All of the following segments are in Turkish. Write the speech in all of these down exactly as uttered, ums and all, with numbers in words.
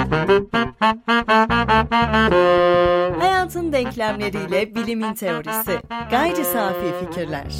Hayatın denklemleriyle bilimin teorisi. Gayri safi fikirler.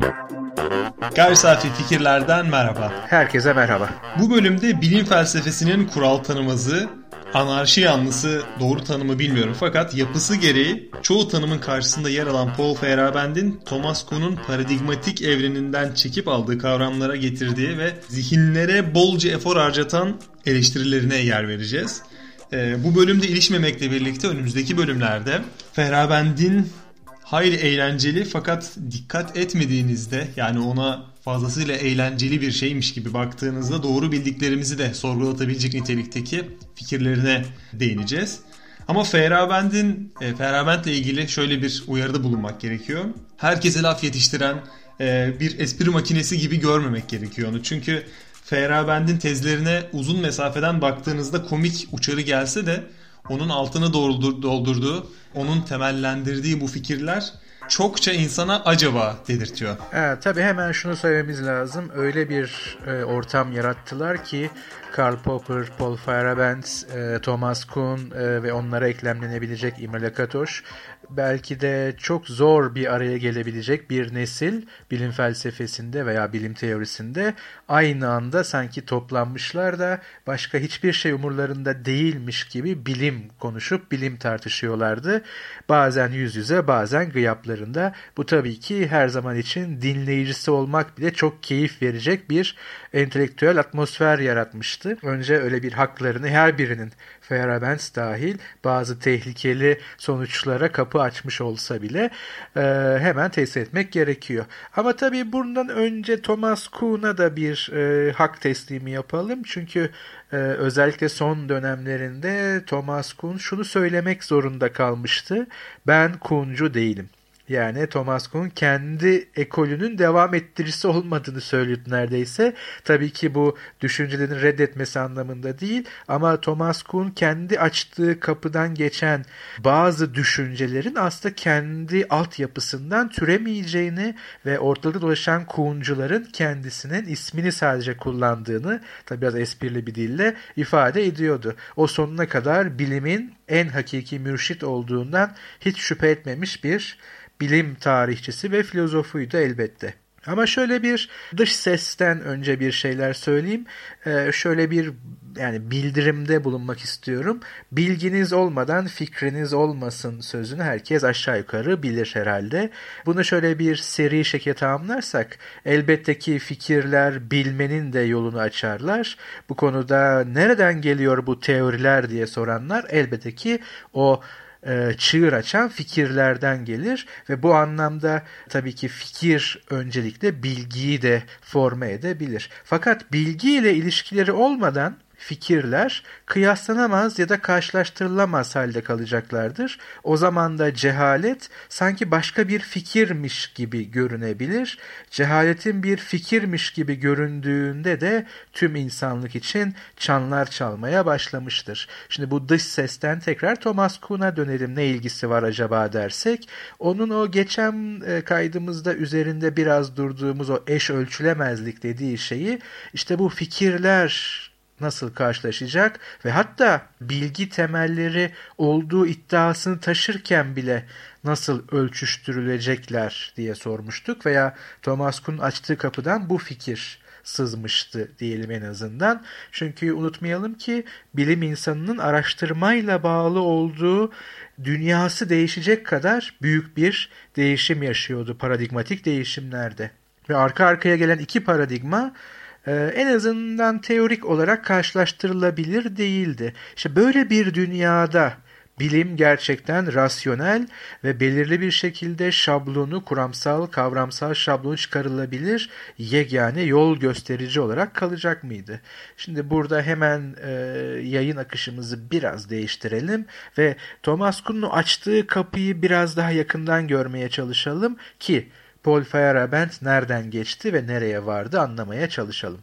Gayri safi fikirlerden merhaba. Herkese merhaba. Bu bölümde bilim felsefesinin kural tanımazı, anarşi yanlısı doğru tanımı bilmiyorum fakat yapısı gereği çoğu tanımın karşısında yer alan Paul Feyerabend'in Thomas Kuhn'un paradigmatik evreninden çekip aldığı kavramlara getirdiği ve zihinlere bolca efor harcatan eleştirilerine yer vereceğiz. Ee, bu bölümde ilişmemekle birlikte önümüzdeki bölümlerde Feyerabend'in hayli eğlenceli fakat dikkat etmediğinizde, yani ona fazlasıyla eğlenceli bir şeymiş gibi baktığınızda doğru bildiklerimizi de sorgulatabilecek nitelikteki fikirlerine değineceğiz. Ama Feyerabend'in e, Feyerabend'le ilgili şöyle bir uyarıda bulunmak gerekiyor. Herkese laf yetiştiren e, bir espri makinesi gibi görmemek gerekiyor onu. Çünkü Feyerabend'in tezlerine uzun mesafeden baktığınızda komik uçarı gelse de onun altını doldurduğu, onun temellendirdiği bu fikirler çokça insana acaba dedirtiyor. Evet, tabii hemen şunu söylememiz lazım. Öyle bir e, ortam yarattılar ki Karl Popper, Paul Feyerabend, e, Thomas Kuhn e, ve onlara eklemlenebilecek Imre Lakatos, belki de çok zor bir araya gelebilecek bir nesil bilim felsefesinde veya bilim teorisinde aynı anda sanki toplanmışlar da başka hiçbir şey umurlarında değilmiş gibi bilim konuşup bilim tartışıyorlardı. Bazen yüz yüze, bazen gıyaplarında. Bu tabii ki her zaman için dinleyicisi olmak bile çok keyif verecek bir entelektüel atmosfer yaratmıştı. Önce öyle bir haklarını her birinin, Feyerabend dahil, bazı tehlikeli sonuçlara kapı açmış olsa bile e, hemen tesis etmek gerekiyor. Ama tabii bundan önce Thomas Kuhn'a da bir e, hak teslimi yapalım. Çünkü e, özellikle son dönemlerinde Thomas Kuhn şunu söylemek zorunda kalmıştı: ben Kuhn'cu değilim. Yani Thomas Kuhn kendi ekolünün devam ettiricisi olmadığını söylüyordu neredeyse. Tabii ki bu düşüncelerin reddetmesi anlamında değil, ama Thomas Kuhn kendi açtığı kapıdan geçen bazı düşüncelerin aslında kendi altyapısından türemeyeceğini ve ortalıkta dolaşan Kuhn'cuların kendisinin ismini sadece kullandığını, tabii biraz esprili bir dille ifade ediyordu. O sonuna kadar bilimin en hakiki mürşit olduğundan hiç şüphe etmemiş bir bilim tarihçisi ve filozofuydu elbette. Ama şöyle bir dış sesten önce bir şeyler söyleyeyim. Ee, şöyle bir yani bildirimde bulunmak istiyorum. Bilginiz olmadan fikriniz olmasın sözünü herkes aşağı yukarı bilir herhalde. Bunu şöyle bir seri şekilde tamamlarsak, elbette ki fikirler bilmenin de yolunu açarlar. Bu konuda nereden geliyor bu teoriler diye soranlar elbette ki o çığır açan fikirlerden gelir ve bu anlamda tabii ki fikir öncelikle bilgiyi de forme edebilir. Fakat bilgi ile ilişkileri olmadan fikirler kıyaslanamaz ya da karşılaştırılamaz halde kalacaklardır. O zaman da cehalet sanki başka bir fikirmiş gibi görünebilir. Cehaletin bir fikirmiş gibi göründüğünde de tüm insanlık için çanlar çalmaya başlamıştır. Şimdi bu dış sesten tekrar Thomas Kuhn'a dönelim. Ne ilgisi var acaba dersek, onun o geçen kaydımızda üzerinde biraz durduğumuz o eş ölçülemezlik dediği şeyi, işte bu fikirler nasıl karşılaşacak ve hatta bilgi temelleri olduğu iddiasını taşırken bile nasıl ölçüştürülecekler diye sormuştuk veya Thomas Kuhn açtığı kapıdan bu fikir sızmıştı diyelim en azından. Çünkü unutmayalım ki bilim insanının araştırmayla bağlı olduğu dünyası değişecek kadar büyük bir değişim yaşıyordu paradigmatik değişimlerde. Ve arka arkaya gelen iki paradigma Ee, en azından teorik olarak karşılaştırılabilir değildi. İşte böyle bir dünyada bilim gerçekten rasyonel ve belirli bir şekilde şablonu, kuramsal, kavramsal şablonu çıkarılabilir yegane yol gösterici olarak kalacak mıydı? Şimdi burada hemen e, yayın akışımızı biraz değiştirelim ve Thomas Kuhn'un açtığı kapıyı biraz daha yakından görmeye çalışalım ki Paul Feyerabend nereden geçti ve nereye vardı anlamaya çalışalım.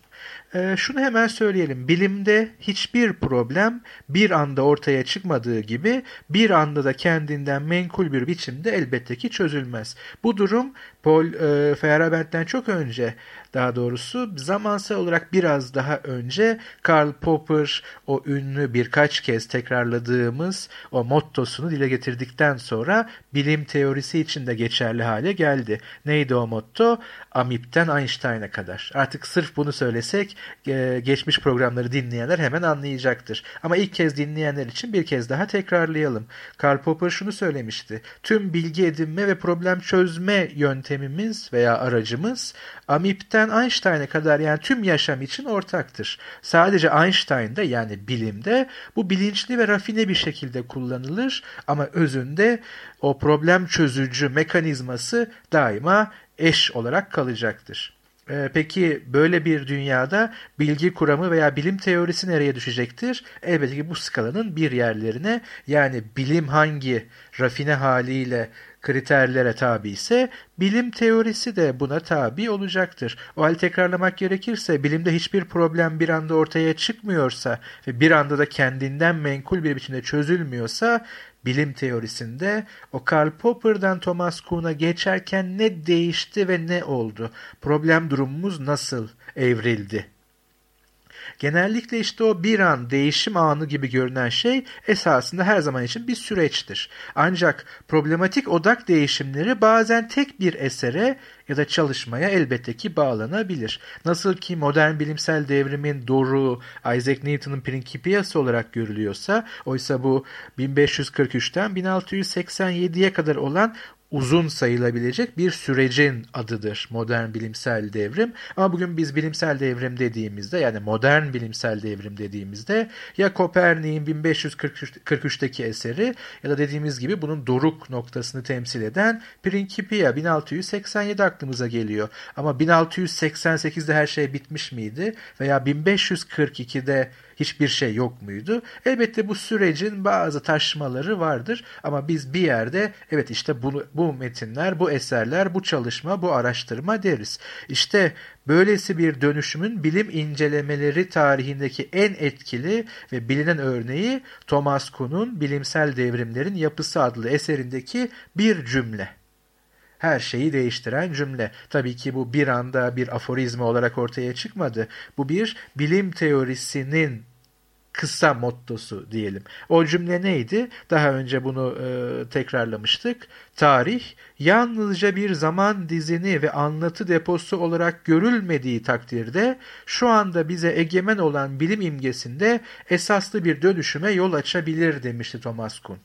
Ee, şunu hemen söyleyelim. Bilimde hiçbir problem bir anda ortaya çıkmadığı gibi bir anda da kendinden menkul bir biçimde elbette ki çözülmez. Bu durum Paul e, Feyerabend'den çok önce, daha doğrusu zamansal olarak biraz daha önce Karl Popper o ünlü birkaç kez tekrarladığımız o mottosunu dile getirdikten sonra bilim teorisi için de geçerli hale geldi. Neydi o motto? Amip'ten Einstein'a kadar. Artık sırf bunu söylesek e, geçmiş programları dinleyenler hemen anlayacaktır. Ama ilk kez dinleyenler için bir kez daha tekrarlayalım. Karl Popper şunu söylemişti. Tüm bilgi edinme ve problem çözme yöntemimiz veya aracımız Amip'ten Einstein'a kadar, yani tüm yaşam için ortaktır. Sadece Einstein'da, yani bilimde bu bilinçli ve rafine bir şekilde kullanılır ama özünde o problem çözücü mekanizması daima eş olarak kalacaktır. Ee, peki böyle bir dünyada bilgi kuramı veya bilim teorisi nereye düşecektir? Elbette ki bu skalanın bir yerlerine, yani bilim hangi rafine haliyle kriterlere tabi ise bilim teorisi de buna tabi olacaktır. O halde tekrarlamak gerekirse bilimde hiçbir problem bir anda ortaya çıkmıyorsa ve bir anda da kendinden menkul bir biçimde çözülmüyorsa, bilim teorisinde o Karl Popper'dan Thomas Kuhn'a geçerken ne değişti ve ne oldu? Problem durumumuz nasıl evrildi? Genellikle işte o bir an değişim anı gibi görünen şey esasında her zaman için bir süreçtir. Ancak problematik odak değişimleri bazen tek bir esere ya da çalışmaya elbette ki bağlanabilir. Nasıl ki modern bilimsel devrimin doruğu Isaac Newton'un Principia'sı olarak görülüyorsa, oysa bu bin beş yüz kırk üçten bin altı yüz seksen yediye kadar olan uzun sayılabilecek bir sürecin adıdır modern bilimsel devrim. Ama bugün biz bilimsel devrim dediğimizde, yani modern bilimsel devrim dediğimizde ya Kopernik'in bin beş yüz kırk üçteki eseri ya da dediğimiz gibi bunun doruk noktasını temsil eden Principia bin altı yüz seksen yedi aklımıza geliyor. Ama bin altı yüz seksen sekizde her şey bitmiş miydi? Veya bin beş yüz kırk ikide hiçbir şey yok muydu? Elbette bu sürecin bazı taşmaları vardır ama biz bir yerde evet işte bu, bu metinler, bu eserler, bu çalışma, bu araştırma deriz. İşte böylesi bir dönüşümün bilim incelemeleri tarihindeki en etkili ve bilinen örneği Thomas Kuhn'un Bilimsel Devrimlerin Yapısı adlı eserindeki bir cümle. Her şeyi değiştiren cümle. Tabii ki bu bir anda bir aforizma olarak ortaya çıkmadı. Bu bir bilim teorisinin kısa mottosu diyelim. O cümle neydi? Daha önce bunu e, tekrarlamıştık. Tarih yalnızca bir zaman dizini ve anlatı deposu olarak görülmediği takdirde şu anda bize egemen olan bilim imgesinde esaslı bir dönüşüme yol açabilir demişti Thomas Kuhn.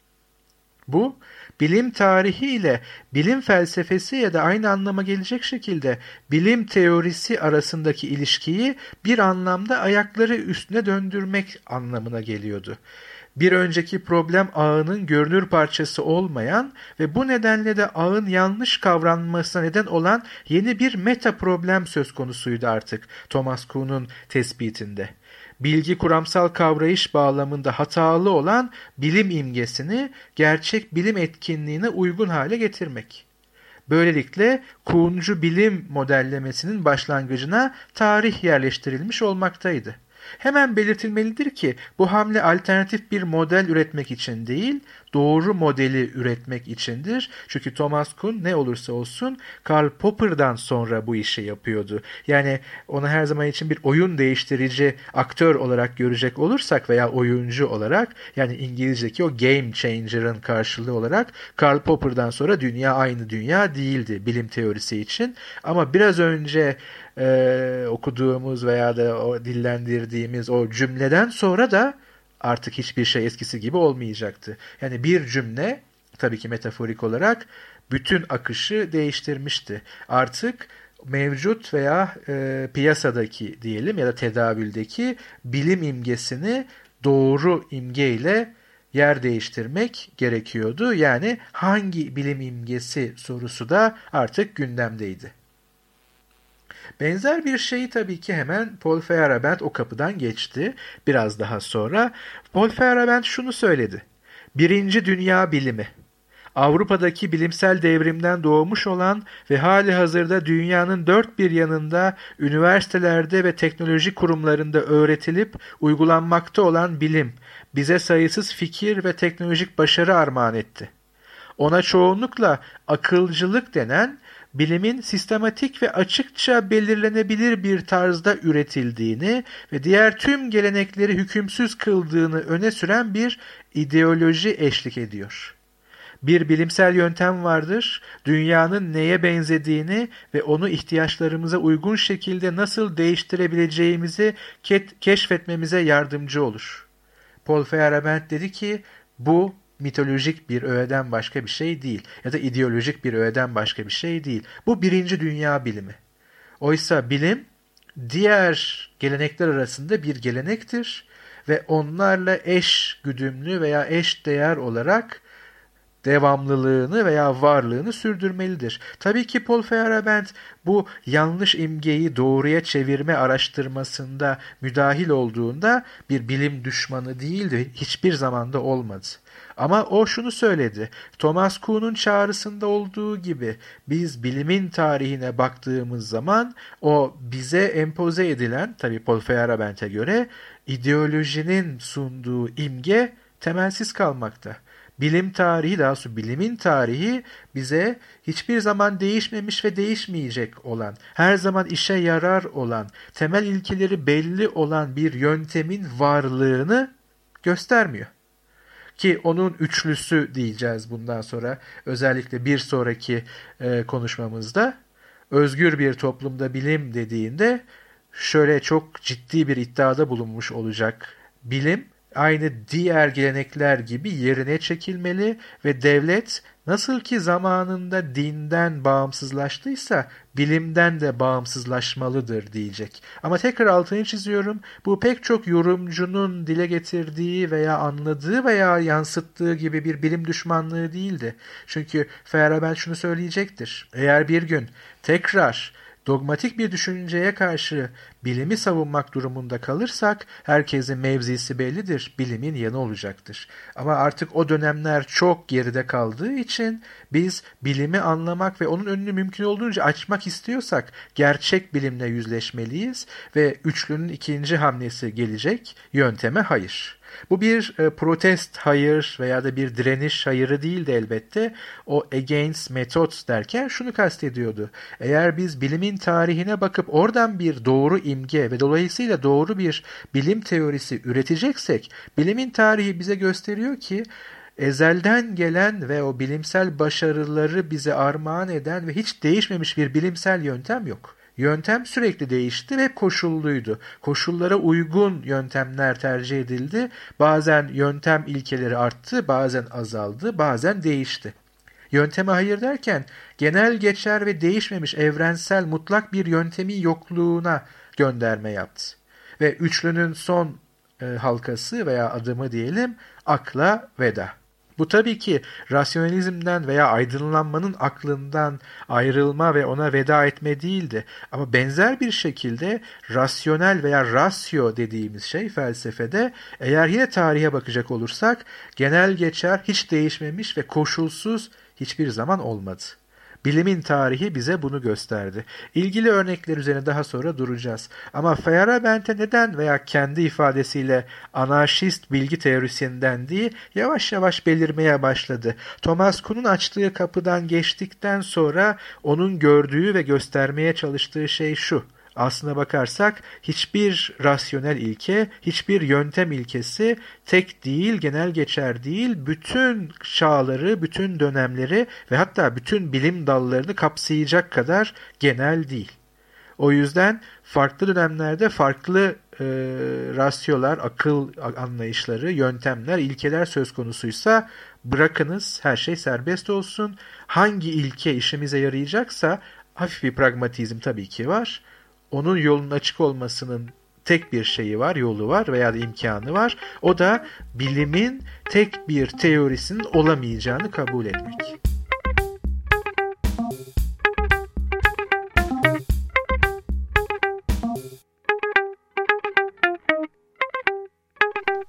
Bu, bilim tarihi ile bilim felsefesi ya da aynı anlama gelecek şekilde bilim teorisi arasındaki ilişkiyi bir anlamda ayakları üstüne döndürmek anlamına geliyordu. Bir önceki problem ağının görünür parçası olmayan ve bu nedenle de ağın yanlış kavranmasına neden olan yeni bir meta problem söz konusuydu artık Thomas Kuhn'un tespitinde. Bilgi kuramsal kavrayış bağlamında hatalı olan bilim imgesini gerçek bilim etkinliğine uygun hale getirmek. Böylelikle Kuhn'cu bilim modellemesinin başlangıcına tarih yerleştirilmiş olmaktaydı. Hemen belirtilmelidir ki bu hamle alternatif bir model üretmek için değil, doğru modeli üretmek içindir. Çünkü Thomas Kuhn ne olursa olsun Karl Popper'dan sonra bu işi yapıyordu. Yani onu her zaman için bir oyun değiştirici aktör olarak görecek olursak veya oyuncu olarak, yani İngilizce'deki o game changer'ın karşılığı olarak Karl Popper'dan sonra dünya aynı dünya değildi bilim teorisi için. Ama biraz önce Ee, okuduğumuz veya da o dillendirdiğimiz o cümleden sonra da artık hiçbir şey eskisi gibi olmayacaktı. Yani bir cümle tabii ki metaforik olarak bütün akışı değiştirmişti. Artık mevcut veya e, piyasadaki diyelim ya da tedavüldeki bilim imgesini doğru imgeyle yer değiştirmek gerekiyordu. Yani hangi bilim imgesi sorusu da artık gündemdeydi. Benzer bir şeyi tabii ki hemen Paul Feyerabend o kapıdan geçti. Biraz daha sonra Paul Feyerabend şunu söyledi. Birinci dünya bilimi Avrupa'daki bilimsel devrimden doğmuş olan ve hali hazırda dünyanın dört bir yanında üniversitelerde ve teknoloji kurumlarında öğretilip uygulanmakta olan bilim, bize sayısız fikir ve teknolojik başarı armağan etti. Ona çoğunlukla akılcılık denen, bilimin sistematik ve açıkça belirlenebilir bir tarzda üretildiğini ve diğer tüm gelenekleri hükümsüz kıldığını öne süren bir ideoloji eşlik ediyor. Bir bilimsel yöntem vardır, dünyanın neye benzediğini ve onu ihtiyaçlarımıza uygun şekilde nasıl değiştirebileceğimizi ke- keşfetmemize yardımcı olur. Paul Feyerabend dedi ki, bu mitolojik bir öğeden başka bir şey değil ya da ideolojik bir öğeden başka bir şey değil. Bu birinci dünya bilimi. Oysa bilim diğer gelenekler arasında bir gelenektir ve onlarla eş güdümlü veya eş değer olarak devamlılığını veya varlığını sürdürmelidir. Tabii ki Paul Feyerabend bu yanlış imgeyi doğruya çevirme araştırmasında müdahil olduğunda bir bilim düşmanı değildi, hiçbir zamanda olmadı. Ama o şunu söyledi, Thomas Kuhn'un çağrısında olduğu gibi biz bilimin tarihine baktığımız zaman o bize empoze edilen, tabii Paul Feyerabend'e göre, ideolojinin sunduğu imge temelsiz kalmakta. Bilim tarihi, daha doğrusu bilimin tarihi bize hiçbir zaman değişmemiş ve değişmeyecek olan, her zaman işe yarar olan, temel ilkeleri belli olan bir yöntemin varlığını göstermiyor. Ki onun üçlüsü diyeceğiz bundan sonra, özellikle bir sonraki e, konuşmamızda. Özgür bir toplumda bilim dediğinde şöyle çok ciddi bir iddiada bulunmuş olacak. Bilim aynı diğer gelenekler gibi yerine çekilmeli ve devlet nasıl ki zamanında dinden bağımsızlaştıysa bilimden de bağımsızlaşmalıdır diyecek. Ama tekrar altını çiziyorum, bu pek çok yorumcunun dile getirdiği veya anladığı veya yansıttığı gibi bir bilim düşmanlığı değildi. Çünkü Feyerabend şunu söyleyecektir. Eğer bir gün tekrar dogmatik bir düşünceye karşı bilimi savunmak durumunda kalırsak herkesin mevzisi bellidir, bilimin yanı olacaktır. Ama artık o dönemler çok geride kaldığı için biz bilimi anlamak ve onun önünü mümkün olduğunca açmak istiyorsak gerçek bilimle yüzleşmeliyiz ve üçlünün ikinci hamlesi gelecek, yönteme hayır. Bu bir e, protest hayır veya da bir direniş hayırı değildi elbette. O against methods derken şunu kastediyordu. Eğer biz bilimin tarihine bakıp oradan bir doğru imge ve dolayısıyla doğru bir bilim teorisi üreteceksek, bilimin tarihi bize gösteriyor ki ezelden gelen ve o bilimsel başarıları bize armağan eden ve hiç değişmemiş bir bilimsel yöntem yok. Yöntem sürekli değişti ve hep koşulluydu. Koşullara uygun yöntemler tercih edildi. Bazen yöntem ilkeleri arttı, bazen azaldı, bazen değişti. Yönteme hayır derken genel geçer ve değişmemiş evrensel mutlak bir yöntemi yokluğuna gönderme yaptı. Ve üçlünün son e, halkası veya adımı diyelim akla veda. Bu tabii ki rasyonalizmden veya aydınlanmanın aklından ayrılma ve ona veda etme değildi. Ama benzer bir şekilde rasyonel veya rasyo dediğimiz şey felsefede, eğer yine tarihe bakacak olursak, genel geçer, hiç değişmemiş ve koşulsuz hiçbir zaman olmadı. Bilimin tarihi bize bunu gösterdi. İlgili örnekler üzerine daha sonra duracağız. Ama Feyerabend'e neden veya kendi ifadesiyle anarşist bilgi teorisyen dendiği yavaş yavaş belirmeye başladı. Thomas Kuhn'un açtığı kapıdan geçtikten sonra onun gördüğü ve göstermeye çalıştığı şey şu. Aslına bakarsak hiçbir rasyonel ilke, hiçbir yöntem ilkesi tek değil, genel geçer değil, bütün çağları, bütün dönemleri ve hatta bütün bilim dallarını kapsayacak kadar genel değil. O yüzden farklı dönemlerde farklı e, rasyolar, akıl anlayışları, yöntemler, ilkeler söz konusuysa bırakınız her şey serbest olsun. Hangi ilke işimize yarayacaksa hafif bir pragmatizm tabii ki var. Onun yolunun açık olmasının tek bir şeyi var, yolu var veya da imkanı var. O da bilimin tek bir teorisinin olamayacağını kabul etmek.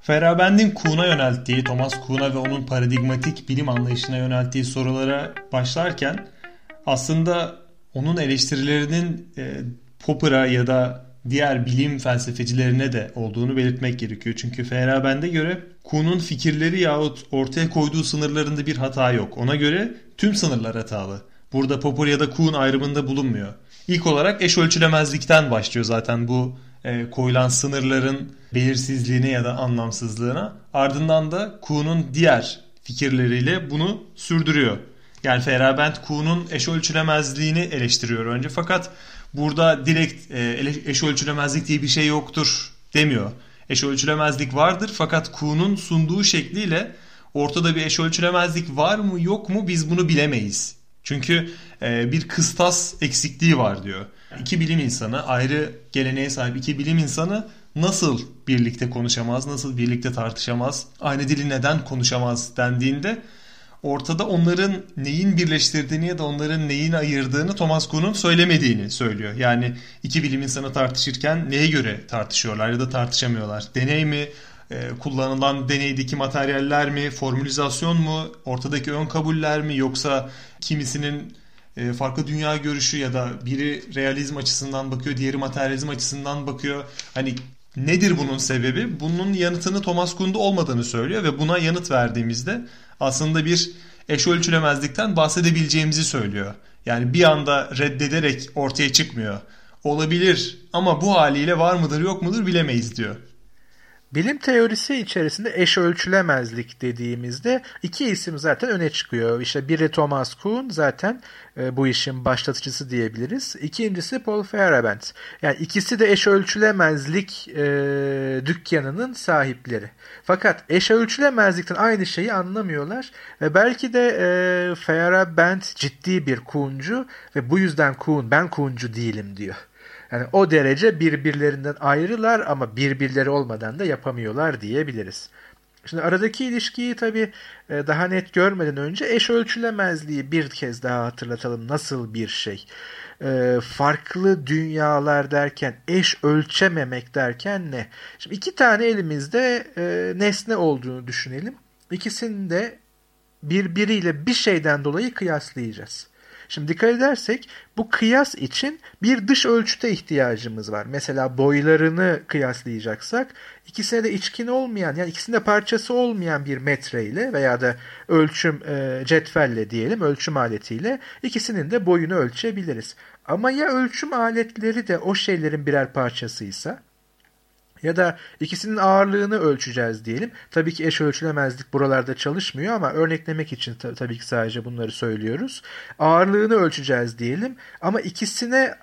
Feyerabend'in Kuhn'a yönelttiği, Thomas Kuhn'a ve onun paradigmatik bilim anlayışına yönelttiği sorulara başlarken aslında onun eleştirilerinin e, Popper'a ya da diğer bilim felsefecilerine de olduğunu belirtmek gerekiyor. Çünkü Feyerabend'e göre Kuhn'un fikirleri yahut ortaya koyduğu sınırlarında bir hata yok. Ona göre tüm sınırlar hatalı. Burada Popper ya da Kuhn ayrımında bulunmuyor. İlk olarak eş ölçülemezlikten başlıyor zaten bu e, koyulan sınırların belirsizliğine ya da anlamsızlığına. Ardından da Kuhn'un diğer fikirleriyle bunu sürdürüyor. Yani Feyerabend Kuhn'un eş ölçülemezliğini eleştiriyor önce, fakat burada direkt e, eş ölçülemezlik diye bir şey yoktur demiyor. Eş ölçülemezlik vardır, fakat Kuhn'un sunduğu şekliyle ortada bir eş ölçülemezlik var mı yok mu biz bunu bilemeyiz. Çünkü e, bir kıstas eksikliği var diyor. İki bilim insanı, ayrı geleneğe sahip iki bilim insanı nasıl birlikte konuşamaz, nasıl birlikte tartışamaz, aynı dili neden konuşamaz dendiğinde ortada onların neyin birleştirdiğini ya da onların neyin ayırdığını Thomas Kuhn'un söylemediğini söylüyor. Yani iki bilim insanı tartışırken neye göre tartışıyorlar ya da tartışamıyorlar? Deney mi? Kullanılan deneydeki materyaller mi, formülizasyon mu, ortadaki ön kabuller mi, yoksa kimisinin farklı dünya görüşü ya da biri realizm açısından bakıyor, diğeri materyalizm açısından bakıyor. Hani nedir bunun sebebi? Bunun yanıtını Thomas Kuhn'da olmadığını söylüyor ve buna yanıt verdiğimizde aslında bir eş ölçülemezlikten bahsedebileceğimizi söylüyor. Yani bir anda reddederek ortaya çıkmıyor. Olabilir ama bu haliyle var mıdır yok mudur bilemeyiz diyor. Bilim teorisi içerisinde eş ölçülemezlik dediğimizde iki isim zaten öne çıkıyor. İşte biri Thomas Kuhn, zaten e, bu işin başlatıcısı diyebiliriz. İkincisi Paul Feyerabend. Yani ikisi de eş ölçülemezlik e, dükkanının sahipleri. Fakat eş ölçülemezlikten aynı şeyi anlamıyorlar ve belki de e, Feyerabend ciddi bir Kuhn'cu ve bu yüzden Kuhn, ben Kuhn'cu değilim diyor. Yani o derece birbirlerinden ayrılar ama birbirleri olmadan da yapamıyorlar diyebiliriz. Şimdi aradaki ilişkiyi tabii daha net görmeden önce eş ölçülemezliği bir kez daha hatırlatalım. Nasıl bir şey? Farklı dünyalar derken, eş ölçememek derken ne? Şimdi iki tane elimizde nesne olduğunu düşünelim. İkisini de birbiriyle bir şeyden dolayı kıyaslayacağız. Şimdi dikkat edersek bu kıyas için bir dış ölçüte ihtiyacımız var. Mesela boylarını kıyaslayacaksak ikisine de içkin olmayan, yani ikisinde parçası olmayan bir metreyle veya da ölçüm e, cetvelle diyelim, ölçüm aletiyle ikisinin de boyunu ölçebiliriz. Ama ya ölçüm aletleri de o şeylerin birer parçasıysa ya da ikisinin ağırlığını ölçeceğiz diyelim. Tabii ki eş ölçülemezlik buralarda çalışmıyor ama örneklemek için ta- tabii ki sadece bunları söylüyoruz. Ağırlığını ölçeceğiz diyelim ama ikisine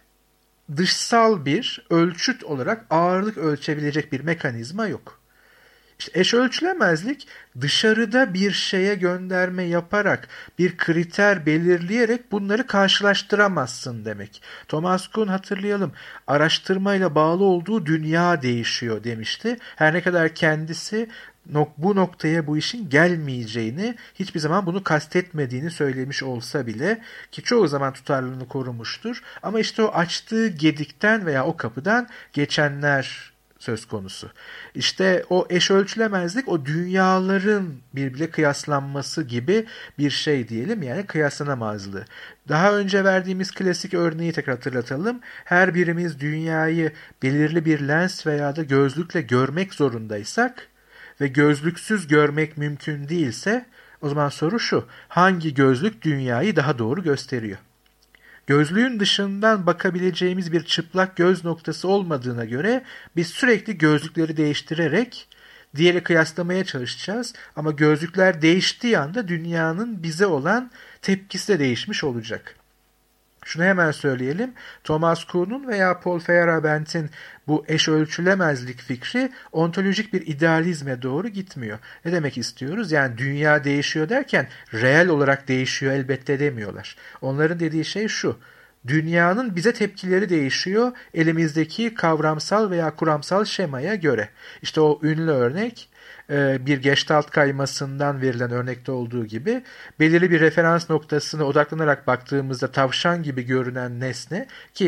dışsal bir ölçüt olarak ağırlık ölçebilecek bir mekanizma yok. İşte eş ölçülemezlik dışarıda bir şeye gönderme yaparak, bir kriter belirleyerek bunları karşılaştıramazsın demek. Thomas Kuhn, hatırlayalım, araştırmayla bağlı olduğu dünya değişiyor demişti. Her ne kadar kendisi bu noktaya bu işin gelmeyeceğini, hiçbir zaman bunu kastetmediğini söylemiş olsa bile, ki çoğu zaman tutarlılığını korumuştur. Ama işte o açtığı gedikten veya o kapıdan geçenler söz konusu. İşte o eş ölçülemezlik o dünyaların birbirine kıyaslanması gibi bir şey diyelim, yani kıyaslanamazlığı. Daha önce verdiğimiz klasik örneği tekrar hatırlatalım. Her birimiz dünyayı belirli bir lens veya da gözlükle görmek zorundaysak ve gözlüksüz görmek mümkün değilse o zaman soru şu: hangi gözlük dünyayı daha doğru gösteriyor? Gözlüğün dışından bakabileceğimiz bir çıplak göz noktası olmadığına göre biz sürekli gözlükleri değiştirerek diğeri kıyaslamaya çalışacağız. Ama gözlükler değiştiği anda dünyanın bize olan tepkisi de değişmiş olacak. Şunu hemen söyleyelim. Thomas Kuhn'un veya Paul Feyerabend'in bu eş ölçülemezlik fikri ontolojik bir idealizme doğru gitmiyor. Ne demek istiyoruz? Yani dünya değişiyor derken reel olarak değişiyor elbette demiyorlar. Onların dediği şey şu: dünyanın bize tepkileri değişiyor elimizdeki kavramsal veya kuramsal şemaya göre. İşte o ünlü örnek, bir Gestalt kaymasından verilen örnekte olduğu gibi, belirli bir referans noktasına odaklanarak baktığımızda tavşan gibi görünen nesne, ki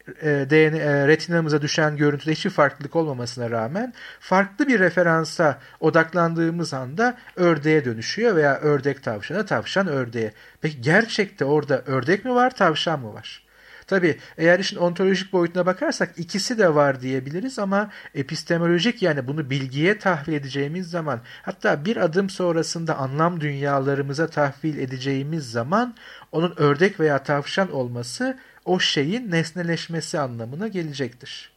e, D N A, retinamıza düşen görüntüde hiçbir farklılık olmamasına rağmen farklı bir referansa odaklandığımız anda ördeğe dönüşüyor veya ördek tavşana, tavşan ördeğe. Peki gerçekte orada ördek mi var, tavşan mı var? Tabii eğer işin ontolojik boyutuna bakarsak ikisi de var diyebiliriz ama epistemolojik, yani bunu bilgiye tahvil edeceğimiz zaman, hatta bir adım sonrasında anlam dünyalarımıza tahvil edeceğimiz zaman onun ördek veya tavşan olması o şeyin nesneleşmesi anlamına gelecektir.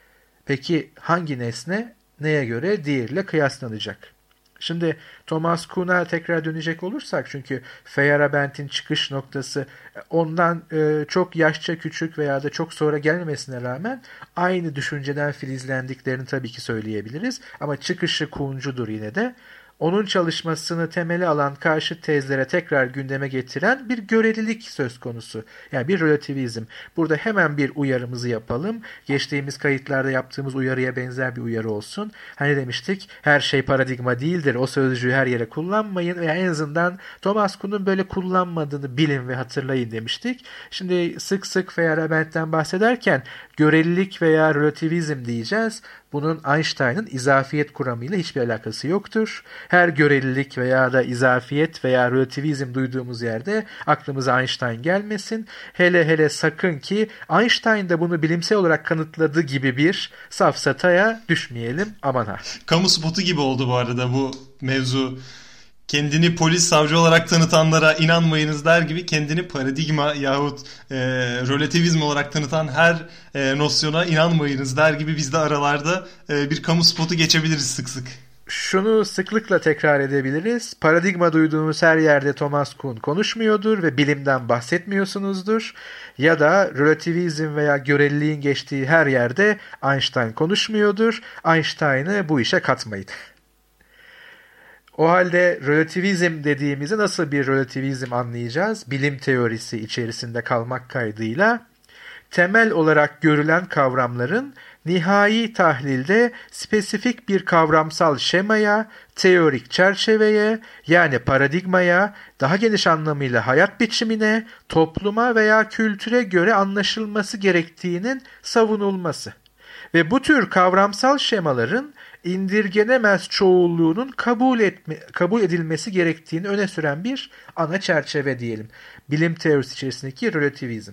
Peki hangi nesne neye göre diğeriyle kıyaslanacak? Şimdi Thomas Kuhn'a tekrar dönecek olursak, çünkü Feyerabend'in çıkış noktası ondan e, çok yaşça küçük veya da çok sonra gelmemesine rağmen aynı düşünceden filizlendiklerini tabii ki söyleyebiliriz. Ama çıkışı Kuhn'cudur yine de. Onun çalışmasını temeli alan karşı tezlere tekrar gündeme getiren bir görelilik söz konusu. Yani bir relativizm. Burada hemen bir uyarımızı yapalım. Geçtiğimiz kayıtlarda yaptığımız uyarıya benzer bir uyarı olsun. Hani demiştik, her şey paradigma değildir. O sözcüğü her yere kullanmayın veya en azından Thomas Kuhn'un böyle kullanmadığını bilin ve hatırlayın demiştik. Şimdi sık sık Feyerabend'den bahsederken görelilik veya relativizm diyeceğiz. Bunun Einstein'ın izafiyet kuramıyla hiçbir alakası yoktur. Her görelilik veya da izafiyet veya relativizm duyduğumuz yerde aklımıza Einstein gelmesin. Hele hele sakın ki Einstein da bunu bilimsel olarak kanıtladığı gibi bir safsataya düşmeyelim, aman ha. Kamu spotu gibi oldu bu arada bu mevzu. Kendini polis savcı olarak tanıtanlara inanmayınız der gibi kendini paradigma yahut e, relativizm olarak tanıtan her e, nosyona inanmayınız der gibi biz de aralarda e, bir kamu spotu geçebiliriz sık sık. Şunu sıklıkla tekrar edebiliriz. Paradigma duyduğumuz her yerde Thomas Kuhn konuşmuyordur ve bilimden bahsetmiyorsunuzdur. Ya da relativizm veya göreliliğin geçtiği her yerde Einstein konuşmuyordur. Einstein'ı bu işe katmayın. O halde relativizm dediğimizi nasıl bir relativizm anlayacağız? Bilim teorisi içerisinde kalmak kaydıyla temel olarak görülen kavramların nihai tahlilde spesifik bir kavramsal şemaya, teorik çerçeveye, yani paradigmaya, daha geniş anlamıyla hayat biçimine, topluma veya kültüre göre anlaşılması gerektiğinin savunulması. Ve bu tür kavramsal şemaların indirgenemez çoğulluğunun kabul etme, kabul edilmesi gerektiğini öne süren bir ana çerçeve diyelim. Bilim teorisi içerisindeki relativizm.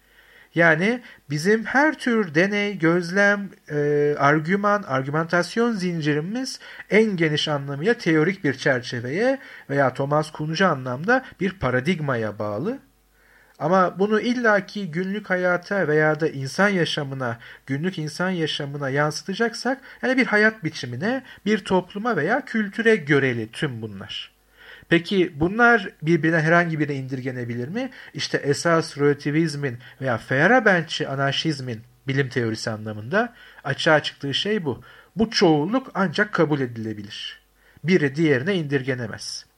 Yani bizim her tür deney, gözlem, e, argüman, argümantasyon zincirimiz en geniş anlamıyla teorik bir çerçeveye veya Thomas Kuhn'cu anlamda bir paradigmaya bağlı. Ama bunu illaki günlük hayata veya da insan yaşamına, günlük insan yaşamına yansıtacaksak, yani bir hayat biçimine, bir topluma veya kültüre göreli tüm bunlar. Peki bunlar birbirine herhangi birine indirgenebilir mi? İşte esas relativizmin veya Feyerabendçi anarşizmin bilim teorisi anlamında açığa çıktığı şey bu. Bu çoğulluk ancak kabul edilebilir. Biri diğerine indirgenemez.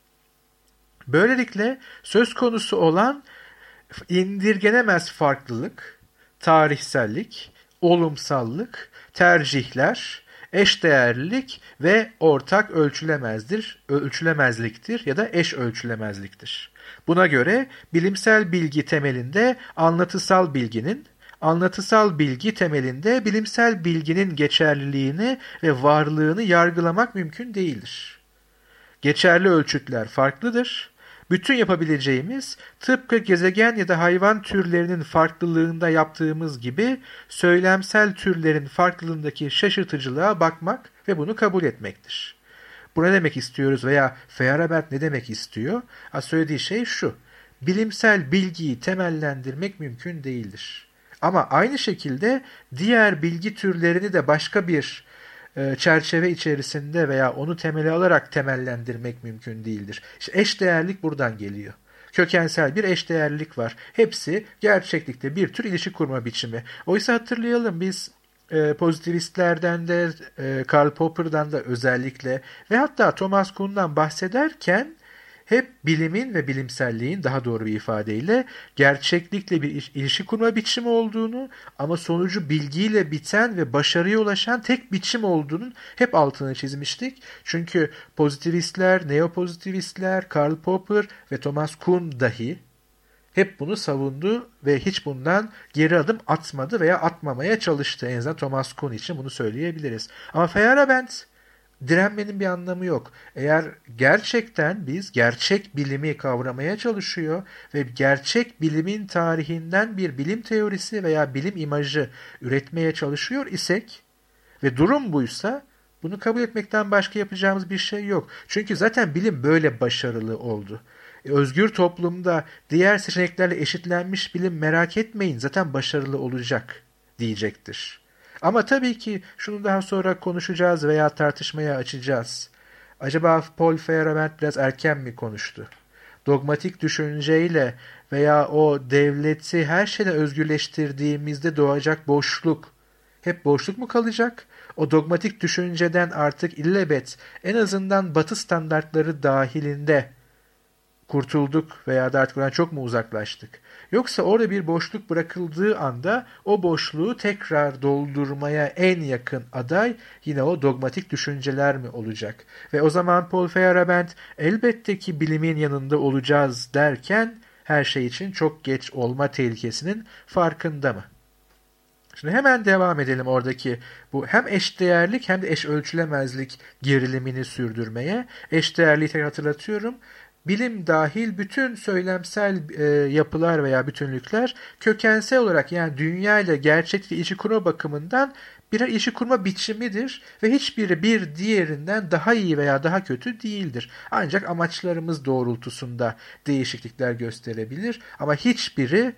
Böylelikle söz konusu olan indirgenemez farklılık, tarihsellik, olumsallık, tercihler, eşdeğerlilik ve ortak ölçülemezdir, ölçülemezliktir ya da eş ölçülemezliktir. Buna göre bilimsel bilgi temelinde anlatısal bilginin, anlatısal bilgi temelinde bilimsel bilginin geçerliliğini ve varlığını yargılamak mümkün değildir. Geçerli ölçütler farklıdır. Bütün yapabileceğimiz, tıpkı gezegen ya da hayvan türlerinin farklılığında yaptığımız gibi söylemsel türlerin farklılığındaki şaşırtıcılığa bakmak ve bunu kabul etmektir. Bu ne demek istiyoruz veya Feyerabend ne demek istiyor? Ha, söylediği şey şu: bilimsel bilgiyi temellendirmek mümkün değildir. Ama aynı şekilde diğer bilgi türlerini de başka bir çerçeve içerisinde veya onu temeli alarak temellendirmek mümkün değildir. İşte eşdeğerlik buradan geliyor. Kökensel bir eşdeğerlik var. Hepsi gerçeklikte bir tür ilişki kurma biçimi. Oysa hatırlayalım, biz e, pozitivistlerden de e, Karl Popper'dan da özellikle ve hatta Thomas Kuhn'dan bahsederken hep bilimin ve bilimselliğin, daha doğru bir ifadeyle, gerçeklikle bir ilişki kurma biçimi olduğunu ama sonucu bilgiyle biten ve başarıya ulaşan tek biçim olduğunun hep altını çizmiştik. Çünkü pozitivistler, neopozitivistler, Karl Popper ve Thomas Kuhn dahi hep bunu savundu ve hiç bundan geri adım atmadı veya atmamaya çalıştı. En azından Thomas Kuhn için bunu söyleyebiliriz. Ama Feyerabend direnmenin bir anlamı yok. Eğer gerçekten biz gerçek bilimi kavramaya çalışıyor ve gerçek bilimin tarihinden bir bilim teorisi veya bilim imajı üretmeye çalışıyor isek ve durum buysa bunu kabul etmekten başka yapacağımız bir şey yok. Çünkü zaten bilim böyle başarılı oldu. E, özgür toplumda diğer seçeneklerle eşitlenmiş bilim merak etmeyin zaten başarılı olacak diyecektir. Ama tabii ki şunu daha sonra konuşacağız veya tartışmaya açacağız. Acaba Paul Feyerabend biraz erken mi konuştu? Dogmatik düşünceyle veya o devleti her şeyden özgürleştirdiğimizde doğacak boşluk hep boşluk mu kalacak? O dogmatik düşünceden artık illebet en azından Batı standartları dahilinde kurtulduk veya da artık oradan çok mu uzaklaştık? Yoksa orada bir boşluk bırakıldığı anda o boşluğu tekrar doldurmaya en yakın aday yine o dogmatik düşünceler mi olacak? Ve o zaman Paul Feyerabend elbette ki bilimin yanında olacağız derken her şey için çok geç olma tehlikesinin farkında mı? Şimdi hemen devam edelim oradaki bu hem eşdeğerlik hem de eş ölçülemezlik gerilimini sürdürmeye. Eşdeğerliği tekrar hatırlatıyorum. Bilim dahil bütün söylemsel e, yapılar veya bütünlükler kökensel olarak yani dünya ile gerçeklik ilişki kurma bakımından birer ilişki kurma biçimidir ve hiçbiri bir diğerinden daha iyi veya daha kötü değildir. Ancak amaçlarımız doğrultusunda değişiklikler gösterebilir ama hiçbiri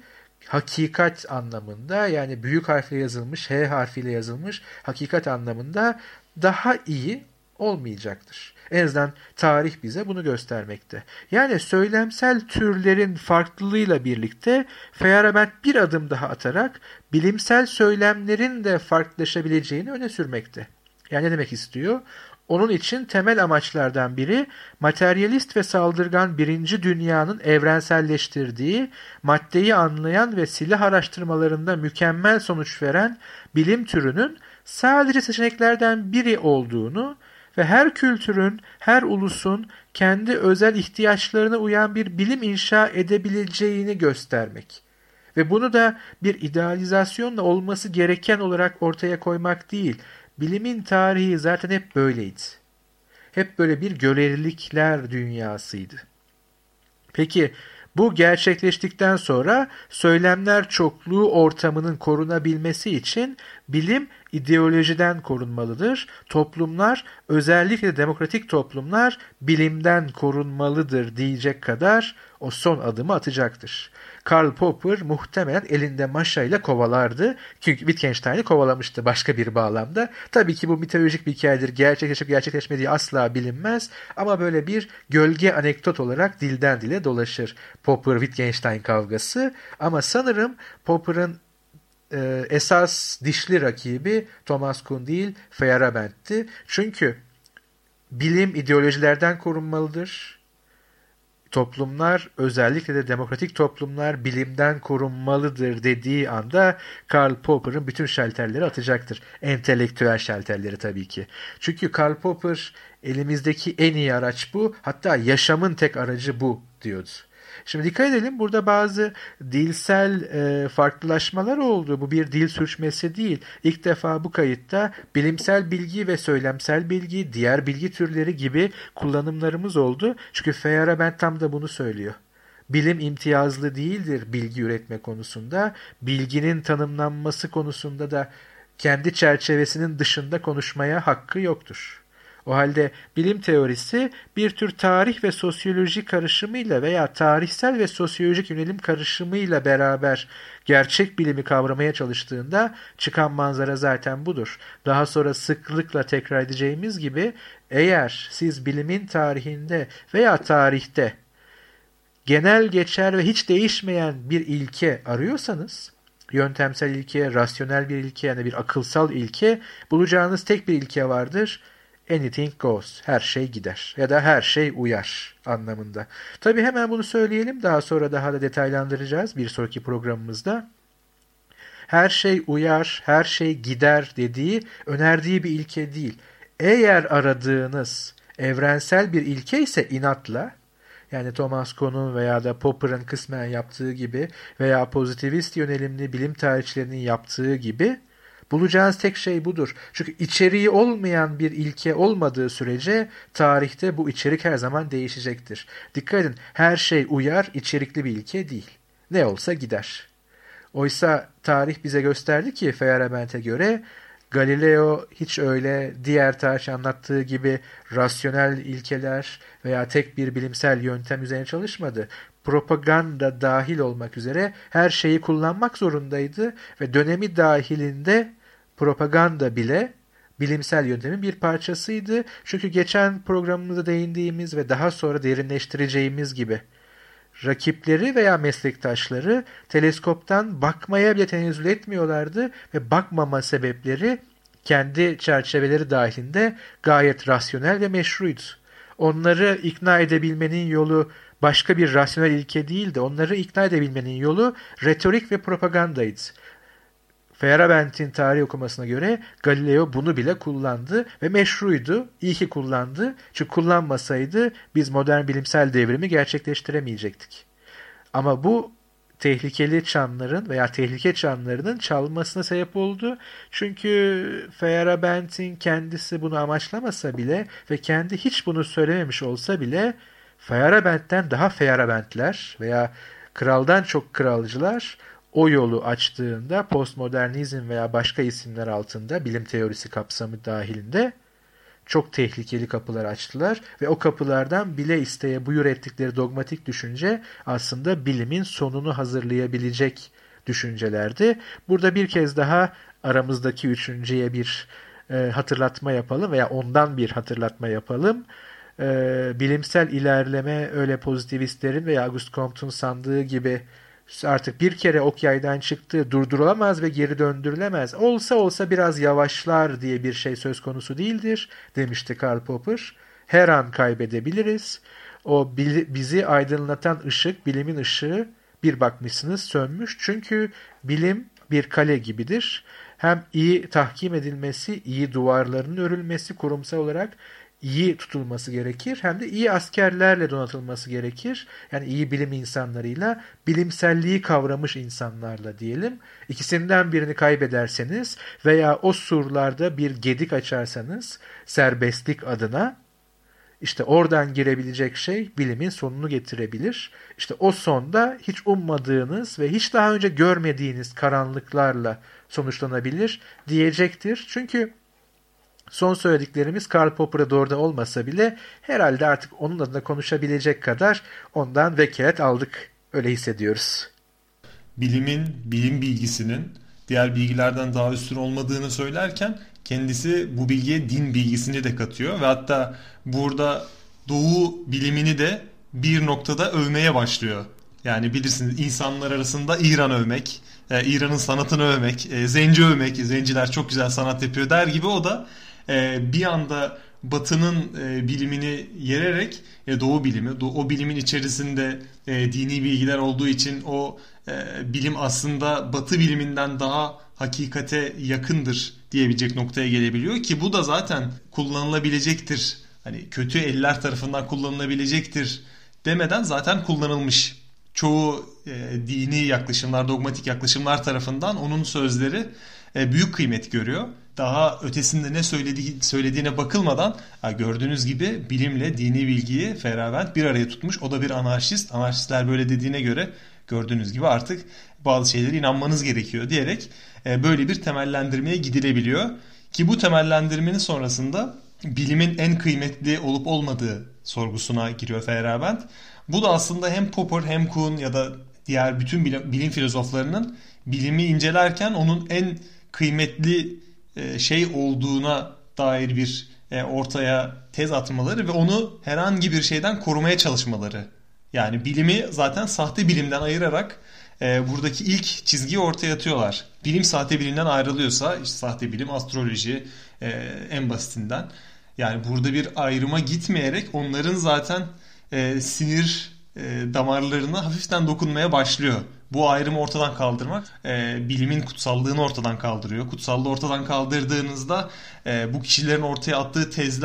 hakikat anlamında yani büyük harfle yazılmış, H harfiyle yazılmış hakikat anlamında daha iyi olmayacaktır. En azından tarih bize bunu göstermekte. Yani söylemsel türlerin farklılığıyla birlikte Feyerabend bir adım daha atarak bilimsel söylemlerin de farklılaşabileceğini öne sürmekte. Yani ne demek istiyor? Onun için temel amaçlardan biri materyalist ve saldırgan birinci dünyanın evrenselleştirdiği, maddeyi anlayan ve silah araştırmalarında mükemmel sonuç veren bilim türünün sadece seçeneklerden biri olduğunu ve her kültürün, her ulusun kendi özel ihtiyaçlarına uyan bir bilim inşa edebileceğini göstermek. Ve bunu da bir idealizasyonla olması gereken olarak ortaya koymak değil. Bilimin tarihi zaten hep böyleydi. Hep böyle bir görelilikler dünyasıydı. Peki bu gerçekleştikten sonra söylemler çokluğu ortamının korunabilmesi için bilim ideolojiden korunmalıdır. Toplumlar, özellikle demokratik toplumlar bilimden korunmalıdır diyecek kadar o son adımı atacaktır. Karl Popper muhtemelen elinde maşayla kovalardı. Çünkü Wittgenstein'i kovalamıştı başka bir bağlamda. Tabii ki bu mitolojik bir hikayedir. Gerçekleşip gerçekleşmediği asla bilinmez. Ama böyle bir gölge anekdot olarak dilden dile dolaşır Popper-Wittgenstein kavgası. Ama sanırım Popper'ın e, esas dişli rakibi Thomas Kuhn değil Feyerabend'ti. Çünkü bilim ideolojilerden korunmalıdır. Toplumlar, özellikle de demokratik toplumlar bilimden korunmalıdır dediği anda Karl Popper'ın bütün şalterleri atacaktır. Entelektüel şalterleri tabii ki. Çünkü Karl Popper elimizdeki en iyi araç bu, hatta yaşamın tek aracı bu diyordu. Şimdi dikkat edelim, burada bazı dilsel e, farklılaşmalar oldu. Bu bir dil sürçmesi değil. İlk defa bu kayıtta bilimsel bilgi ve söylemsel bilgi, diğer bilgi türleri gibi kullanımlarımız oldu. Çünkü Feyerabend tam da bunu söylüyor. Bilim imtiyazlı değildir bilgi üretme konusunda. Bilginin tanımlanması konusunda da kendi çerçevesinin dışında konuşmaya hakkı yoktur. O halde bilim teorisi bir tür tarih ve sosyoloji karışımıyla veya tarihsel ve sosyolojik yönelim karışımıyla beraber gerçek bilimi kavramaya çalıştığında çıkan manzara zaten budur. Daha sonra sıklıkla tekrar edeceğimiz gibi eğer siz bilimin tarihinde veya tarihte genel geçer ve hiç değişmeyen bir ilke arıyorsanız, yöntemsel ilke, rasyonel bir ilke yani bir akılsal ilke, bulacağınız tek bir ilke vardır. Anything goes. Her şey gider. Ya da her şey uyar anlamında. Tabii hemen bunu söyleyelim. Daha sonra daha da detaylandıracağız bir sonraki programımızda. Her şey uyar, her şey gider dediği, önerdiği bir ilke değil. Eğer aradığınız evrensel bir ilke ise inatla, Yani Thomas Kuhn'un veya da Popper'ın kısmen yaptığı gibi veya pozitivist yönelimli bilim tarihçilerinin yaptığı gibi bulacağınız tek şey budur. Çünkü içeriği olmayan bir ilke olmadığı sürece tarihte bu içerik her zaman değişecektir. Dikkat edin, her şey uyar, içerikli bir ilke değil. Ne olsa gider. Oysa tarih bize gösterdi ki Feyerabend'e göre Galileo hiç öyle diğer tarihçi anlattığı gibi rasyonel ilkeler veya tek bir bilimsel yöntem üzerine çalışmadı. Propaganda dahil olmak üzere her şeyi kullanmak zorundaydı ve dönemi dahilinde propaganda bile bilimsel yöntemin bir parçasıydı. Çünkü geçen programımızda değindiğimiz ve daha sonra derinleştireceğimiz gibi rakipleri veya meslektaşları teleskoptan bakmaya bile tenezzül etmiyorlardı ve bakmama sebepleri kendi çerçeveleri dahilinde gayet rasyonel ve meşruydu. Onları ikna edebilmenin yolu başka bir rasyonel ilke değildi. Onları ikna edebilmenin yolu retorik ve propagandaydı. Feyerabend'in tarih okumasına göre Galileo bunu bile kullandı ve meşruydu. İyi ki kullandı. Çünkü kullanmasaydı biz modern bilimsel devrimi gerçekleştiremeyecektik. Ama bu tehlikeli çanların veya tehlike çanlarının çalmasına sebep oldu. Çünkü Feyerabend'in kendisi bunu amaçlamasa bile ve kendi hiç bunu söylememiş olsa bile Feyerabend'den daha Feyerabend'ler veya kraldan çok kralcılar o yolu açtığında postmodernizm veya başka isimler altında bilim teorisi kapsamı dahilinde çok tehlikeli kapılar açtılar ve o kapılardan bile isteye buyur ettikleri dogmatik düşünce aslında bilimin sonunu hazırlayabilecek düşüncelerdi. Burada bir kez daha aramızdaki üçüncüye bir e, hatırlatma yapalım veya ondan bir hatırlatma yapalım. E, bilimsel ilerleme öyle pozitivistlerin veya Auguste Comte'un sandığı gibi artık bir kere ok yaydan çıktı, durdurulamaz ve geri döndürülemez. Olsa olsa biraz yavaşlar diye bir şey söz konusu değildir, demişti Karl Popper. Her an kaybedebiliriz. O bizi aydınlatan ışık, bilimin ışığı bir bakmışsınız sönmüş. Çünkü bilim bir kale gibidir. Hem iyi tahkim edilmesi, iyi duvarların örülmesi kurumsal olarak iyi tutulması gerekir. Hem de iyi askerlerle donatılması gerekir. Yani iyi bilim insanlarıyla, bilimselliği kavramış insanlarla diyelim. İkisinden birini kaybederseniz veya o surlarda bir gedik açarsanız serbestlik adına, işte oradan girebilecek şey bilimin sonunu getirebilir. İşte o sonda hiç ummadığınız ve hiç daha önce görmediğiniz karanlıklarla sonuçlanabilir diyecektir. Çünkü son söylediklerimiz Karl Popper'a doğru da olmasa bile herhalde artık onun adına konuşabilecek kadar ondan vekalet aldık. Öyle hissediyoruz. Bilimin, bilim bilgisinin diğer bilgilerden daha üstün olmadığını söylerken kendisi bu bilgiye din bilgisini de katıyor ve hatta burada Doğu bilimini de bir noktada övmeye başlıyor. Yani bilirsiniz insanlar arasında İran övmek, İran'ın sanatını övmek, zenci övmek, zenciler çok güzel sanat yapıyor der gibi o da bir anda Batı'nın bilimini yererek Doğu bilimi, o bilimin içerisinde dini bilgiler olduğu için o bilim aslında Batı biliminden daha hakikate yakındır diyebilecek noktaya gelebiliyor ki bu da zaten kullanılabilecektir. Hani kötü eller tarafından kullanılabilecektir demeden zaten kullanılmış. Çoğu e, dini yaklaşımlar, dogmatik yaklaşımlar tarafından onun sözleri e, büyük kıymet görüyor. Daha ötesinde ne söylediği, söylediğine bakılmadan ha, gördüğünüz gibi bilimle dini bilgiyi Feyerabend bir araya tutmuş. O da bir anarşist. Anarşistler böyle dediğine göre gördüğünüz gibi artık bazı şeylere inanmanız gerekiyor diyerek e, böyle bir temellendirmeye gidilebiliyor. Ki bu temellendirmenin sonrasında bilimin en kıymetli olup olmadığı sorgusuna giriyor Feyerabend. Bu da aslında hem Popper hem Kuhn ya da diğer bütün bilim, bilim filozoflarının bilimi incelerken onun en kıymetli e, şey olduğuna dair bir e, ortaya tez atmaları ve onu herhangi bir şeyden korumaya çalışmaları. Yani bilimi zaten sahte bilimden ayırarak e, buradaki ilk çizgiyi ortaya atıyorlar. Bilim sahte bilimden ayrılıyorsa işte sahte bilim, astroloji e, en basitinden. Yani burada bir ayrıma gitmeyerek onların zaten e, sinir e, damarlarına hafiften dokunmaya başlıyor. Bu ayrımı ortadan kaldırmak e, bilimin kutsallığını ortadan kaldırıyor. Kutsallığı ortadan kaldırdığınızda e, bu kişilerin ortaya attığı tezler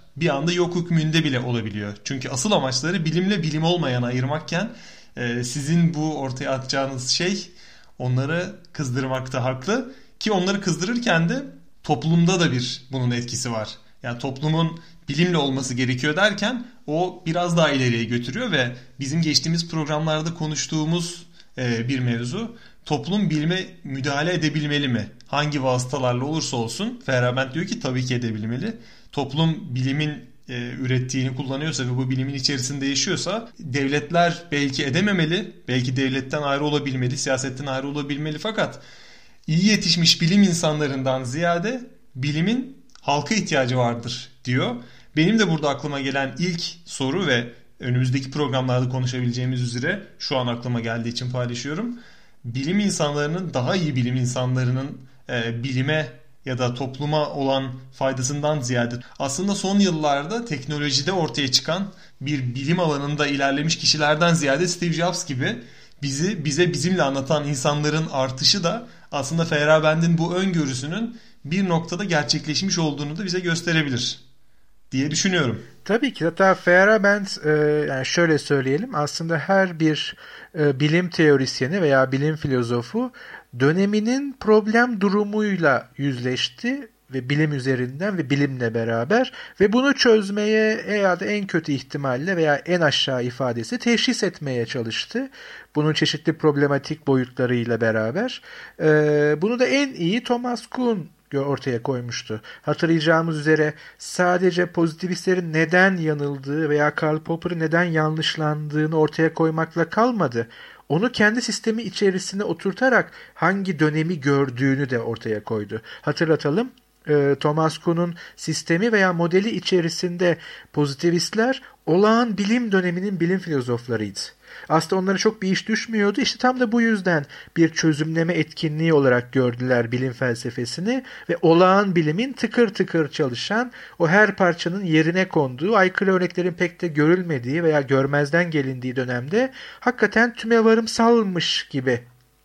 bir anda yok hükmünde bile olabiliyor. Çünkü asıl amaçları bilimle bilim olmayanı ayırmakken e, sizin bu ortaya atacağınız şey onları kızdırmakta haklı. Ki onları kızdırırken de toplumda da bir bunun etkisi var. Yani toplumun bilimle olması gerekiyor derken o biraz daha ileriye götürüyor ve bizim geçtiğimiz programlarda konuştuğumuz e, bir mevzu. Toplum bilime müdahale edebilmeli mi? Hangi vasıtalarla olursa olsun. Feyerabend diyor ki tabii ki edebilmeli. Toplum bilimin e, ürettiğini kullanıyorsa ve bu bilimin içerisinde yaşıyorsa devletler belki edememeli. Belki devletten ayrı olabilmeli, siyasetten ayrı olabilmeli. Fakat iyi yetişmiş bilim insanlarından ziyade bilimin halka ihtiyacı vardır diyor. Benim de burada aklıma gelen ilk soru ve önümüzdeki programlarda konuşabileceğimiz üzere şu an aklıma geldiği için paylaşıyorum. Bilim insanlarının, daha iyi bilim insanlarının e, bilime ya da topluma olan faydasından ziyade aslında son yıllarda teknolojide ortaya çıkan bir bilim alanında ilerlemiş kişilerden ziyade Steve Jobs gibi bizi bize bizimle anlatan insanların artışı da aslında Feyerabend'in bu öngörüsünün bir noktada gerçekleşmiş olduğunu da bize gösterebilir diye düşünüyorum. Tabii ki. Hatta Feyerabend, e, yani şöyle söyleyelim, aslında her bir e, bilim teorisyeni veya bilim filozofu döneminin problem durumuyla yüzleşti ve bilim üzerinden ve bilimle beraber ve bunu çözmeye ya da en kötü ihtimalle veya en aşağı ifadesi teşhis etmeye çalıştı. Bunun çeşitli problematik boyutlarıyla beraber. E, bunu da en iyi Thomas Kuhn ortaya koymuştu. Hatırlayacağımız üzere sadece pozitivistlerin neden yanıldığı veya Karl Popper'ın neden yanlışlandığını ortaya koymakla kalmadı. Onu kendi sistemi içerisine oturtarak hangi dönemi gördüğünü de ortaya koydu. Hatırlatalım, Thomas Kuhn'un sistemi veya modeli içerisinde pozitivistler olağan bilim döneminin bilim filozoflarıydı. Aslında onlara çok bir iş düşmüyordu. İşte tam da bu yüzden bir çözümleme etkinliği olarak gördüler bilim felsefesini ve olağan bilimin tıkır tıkır çalışan, o her parçanın yerine konduğu, aykırı örneklerin pek de görülmediği veya görmezden gelindiği dönemde hakikaten tümevarımsalmış gibi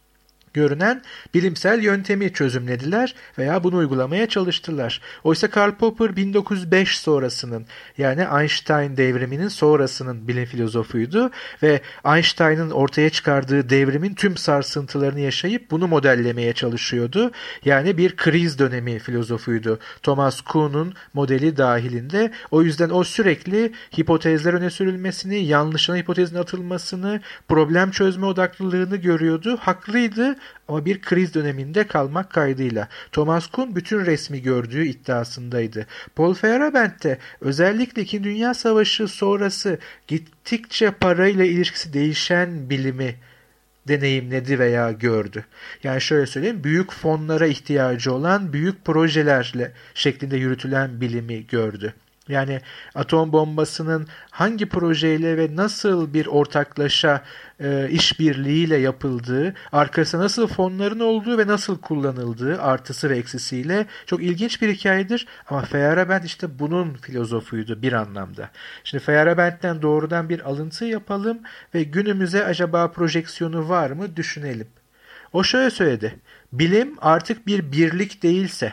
görünen bilimsel yöntemi çözümlediler veya bunu uygulamaya çalıştılar. Oysa Karl Popper bin dokuz yüz beş sonrasının, yani Einstein devriminin sonrasının bilim filozofuydu ve Einstein'ın ortaya çıkardığı devrimin tüm sarsıntılarını yaşayıp bunu modellemeye çalışıyordu. Yani bir kriz dönemi filozofuydu Thomas Kuhn'un modeli dahilinde. O yüzden o sürekli hipotezler öne sürülmesini, yanlışına hipotezin atılmasını, problem çözme odaklılığını görüyordu. Haklıydı. Ama bir kriz döneminde kalmak kaydıyla. Thomas Kuhn bütün resmi gördüğü iddiasındaydı. Paul Feyerabend de özellikle İkinci Dünya Savaşı sonrası gittikçe parayla ilişkisi değişen bilimi deneyimledi veya gördü. Yani şöyle söyleyeyim, büyük fonlara ihtiyacı olan büyük projelerle şeklinde yürütülen bilimi gördü. Yani atom bombasının hangi projeyle ve nasıl bir ortaklaşa e, işbirliğiyle yapıldığı, arkasında nasıl fonların olduğu ve nasıl kullanıldığı artısı ve eksisiyle çok ilginç bir hikayedir. Ama Feyerabend işte bunun filozofuydu bir anlamda. Şimdi Feyerabend'den doğrudan bir alıntı yapalım ve günümüze acaba projeksiyonu var mı düşünelim. O şöyle söyledi: bilim artık bir birlik değilse,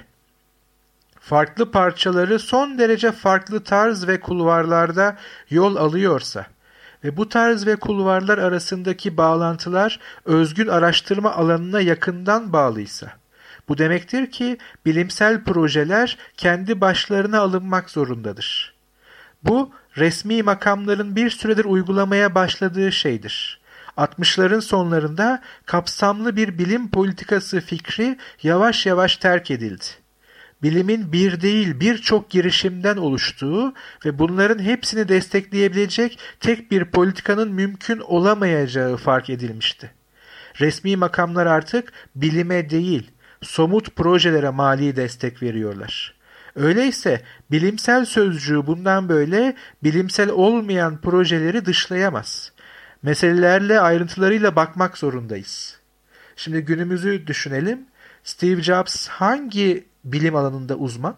farklı parçaları son derece farklı tarz ve kulvarlarda yol alıyorsa ve bu tarz ve kulvarlar arasındaki bağlantılar özgün araştırma alanına yakından bağlıysa, bu demektir ki bilimsel projeler kendi başlarına alınmak zorundadır. Bu, resmi makamların bir süredir uygulamaya başladığı şeydir. altmışların sonlarında kapsamlı bir bilim politikası fikri yavaş yavaş terk edildi. Bilimin bir değil birçok girişimden oluştuğu ve bunların hepsini destekleyebilecek tek bir politikanın mümkün olamayacağı fark edilmişti. Resmi makamlar artık bilime değil, somut projelere mali destek veriyorlar. Öyleyse bilimsel sözcüğü bundan böyle bilimsel olmayan projeleri dışlayamaz. Meselelerle, ayrıntılarıyla bakmak zorundayız. Şimdi günümüzü düşünelim. Steve Jobs hangi bilim alanında uzmandı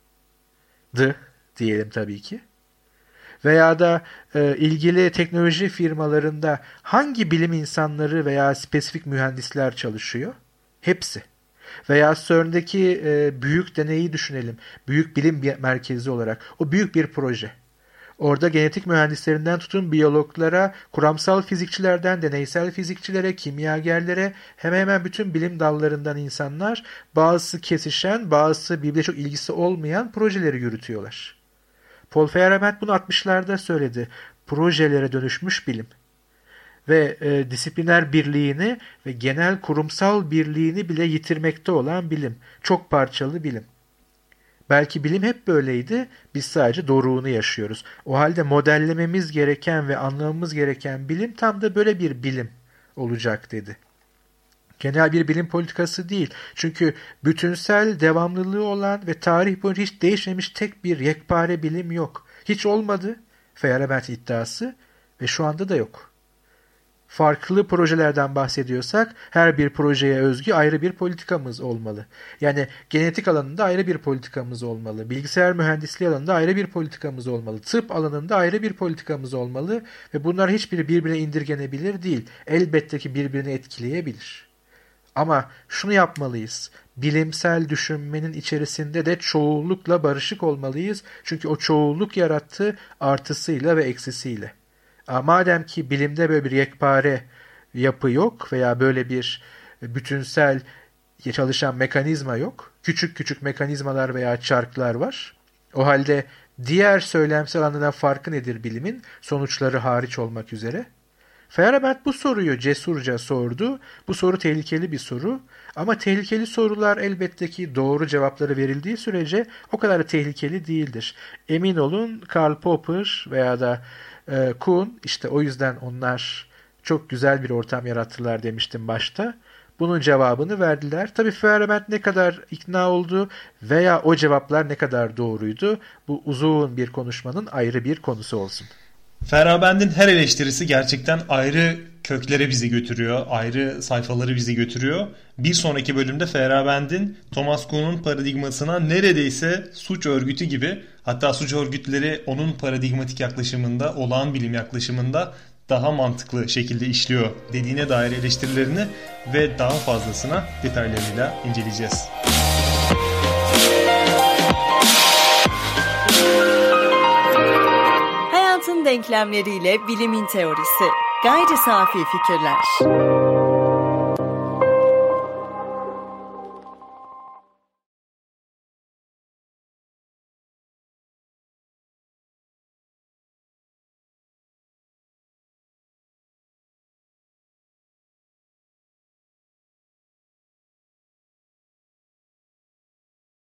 diyelim tabii ki. Veya da e, ilgili teknoloji firmalarında hangi bilim insanları veya spesifik mühendisler çalışıyor? Hepsi. Veya C E R N'deki e, büyük deneyi düşünelim. Büyük bilim merkezi olarak. O büyük bir proje. Orada genetik mühendislerinden tutun biyologlara, kuramsal fizikçilerden deneysel fizikçilere, kimyagerlere, hemen hemen bütün bilim dallarından insanlar, bazısı kesişen, bazısı birbirine çok ilgisi olmayan projeleri yürütüyorlar. Paul Feyerabend bunu altmışlarda söyledi. Projelere dönüşmüş bilim. Ve e, disipliner birliğini ve genel kurumsal birliğini bile yitirmekte olan bilim. Çok parçalı bilim. Belki bilim hep böyleydi, biz sadece doruğunu yaşıyoruz. O halde modellememiz gereken ve anlamamız gereken bilim tam da böyle bir bilim olacak dedi. Genel bir bilim politikası değil. Çünkü bütünsel devamlılığı olan ve tarih boyunca hiç değişmemiş tek bir yekpare bilim yok. Hiç olmadı Feyerabend iddiası ve şu anda da yok. Farklı projelerden bahsediyorsak her bir projeye özgü ayrı bir politikamız olmalı. Yani genetik alanında ayrı bir politikamız olmalı. Bilgisayar mühendisliği alanında ayrı bir politikamız olmalı. Tıp alanında ayrı bir politikamız olmalı. Ve bunlar hiçbiri birbirine indirgenebilir değil. Elbette ki birbirini etkileyebilir. Ama şunu yapmalıyız. Bilimsel düşünmenin içerisinde de çoğullukla barışık olmalıyız. Çünkü o çoğulluk yarattı artısıyla ve eksisiyle. Madem ki bilimde böyle bir yekpare yapı yok veya böyle bir bütünsel çalışan mekanizma yok, küçük küçük mekanizmalar veya çarklar var. O halde diğer söylemsel alanından farkı nedir bilimin, sonuçları hariç olmak üzere? Feyerabend bu soruyu cesurca sordu. Bu soru tehlikeli bir soru. Ama tehlikeli sorular elbette ki doğru cevapları verildiği sürece o kadar da tehlikeli değildir. Emin olun Karl Popper veya da e, Kuhn, işte o yüzden onlar çok güzel bir ortam yarattılar demiştim başta. Bunun cevabını verdiler. Tabii Feyerabend ne kadar ikna oldu veya o cevaplar ne kadar doğruydu, bu uzun bir konuşmanın ayrı bir konusu olsun. Feyerabend'in her eleştirisi gerçekten ayrı köklere bizi götürüyor, ayrı sayfaları bizi götürüyor. Bir sonraki bölümde Feyerabend'in Thomas Kuhn'un paradigmasına neredeyse suç örgütü gibi, hatta suç örgütleri onun paradigmatik yaklaşımında, olağan bilim yaklaşımında daha mantıklı şekilde işliyor dediğine dair eleştirilerini ve daha fazlasına detaylarıyla inceleyeceğiz. Hayatın denklemleriyle bilimin teorisi. Gayri safi fikirler.